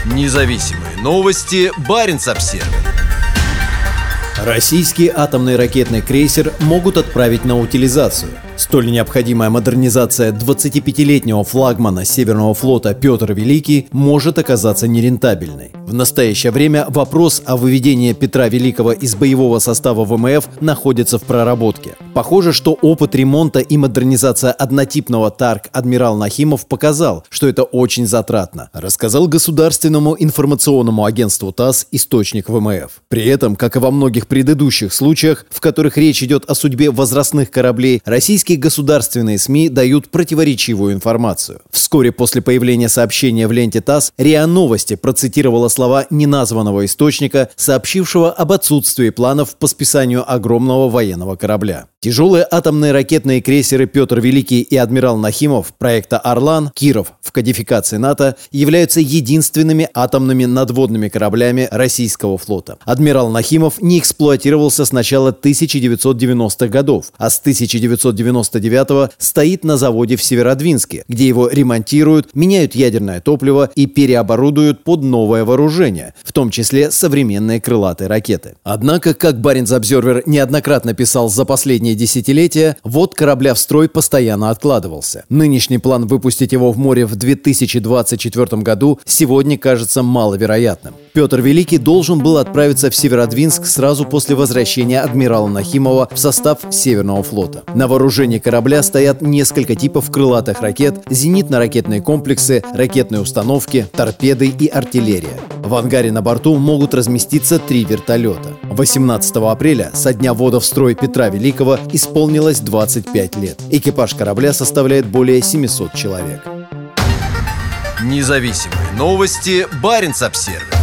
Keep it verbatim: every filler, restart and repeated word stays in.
Независимые новости. Баренц-Обсервер. Российский атомный ракетный крейсер могут отправить на утилизацию. Столь необходимая модернизация двадцатипятилетнего флагмана Северного флота Петр Великий может оказаться нерентабельной. В настоящее время вопрос о выведении Петра Великого из боевого состава ВМФ находится в проработке. Похоже, что опыт ремонта и модернизация однотипного ТАРК адмирал Нахимов показал, что это очень затратно, рассказал государственному информационному агентству ТАСС источник ВМФ. При этом, как и во многих предыдущих случаях, в которых речь идет о судьбе возрастных кораблей, российские государственные СМИ дают противоречивую информацию. Вскоре после появления сообщения в ленте ТАСС РИА Новости процитировала слова неназванного источника, сообщившего об отсутствии планов по списанию огромного военного корабля. Тяжелые атомные ракетные крейсеры Петр Великий и адмирал Нахимов проекта «Орлан» Киров в кодификации НАТО являются единственными атомными надводными кораблями российского флота. Адмирал Нахимов не эксплуатировался с начала тысяча девятьсот девяностых годов, а с тысяча девятьсот девяносто девятого стоит на заводе в Северодвинске, где его ремонтируют, меняют ядерное топливо и переоборудуют под новое вооружение, в том числе современные крылатые ракеты. Однако, как Баренц-Обсервер неоднократно писал за последние десятилетия, ввод корабля в строй постоянно откладывался. Нынешний план выпустить его в море в две тысячи двадцать четвёртом году сегодня кажется маловероятным. Петр Великий должен был отправиться в Северодвинск сразу после возвращения адмирала Нахимова в состав Северного флота. На вооружении корабля стоят несколько типов крылатых ракет, зенитно-ракетные комплексы, ракетные установки, торпеды и артиллерия. В ангаре на борту могут разместиться три вертолета. восемнадцатого апреля, со дня ввода в строй Петра Великого, исполнилось двадцать пять лет. Экипаж корабля составляет более семисот человек. Независимые новости. Баренц-Обсервер.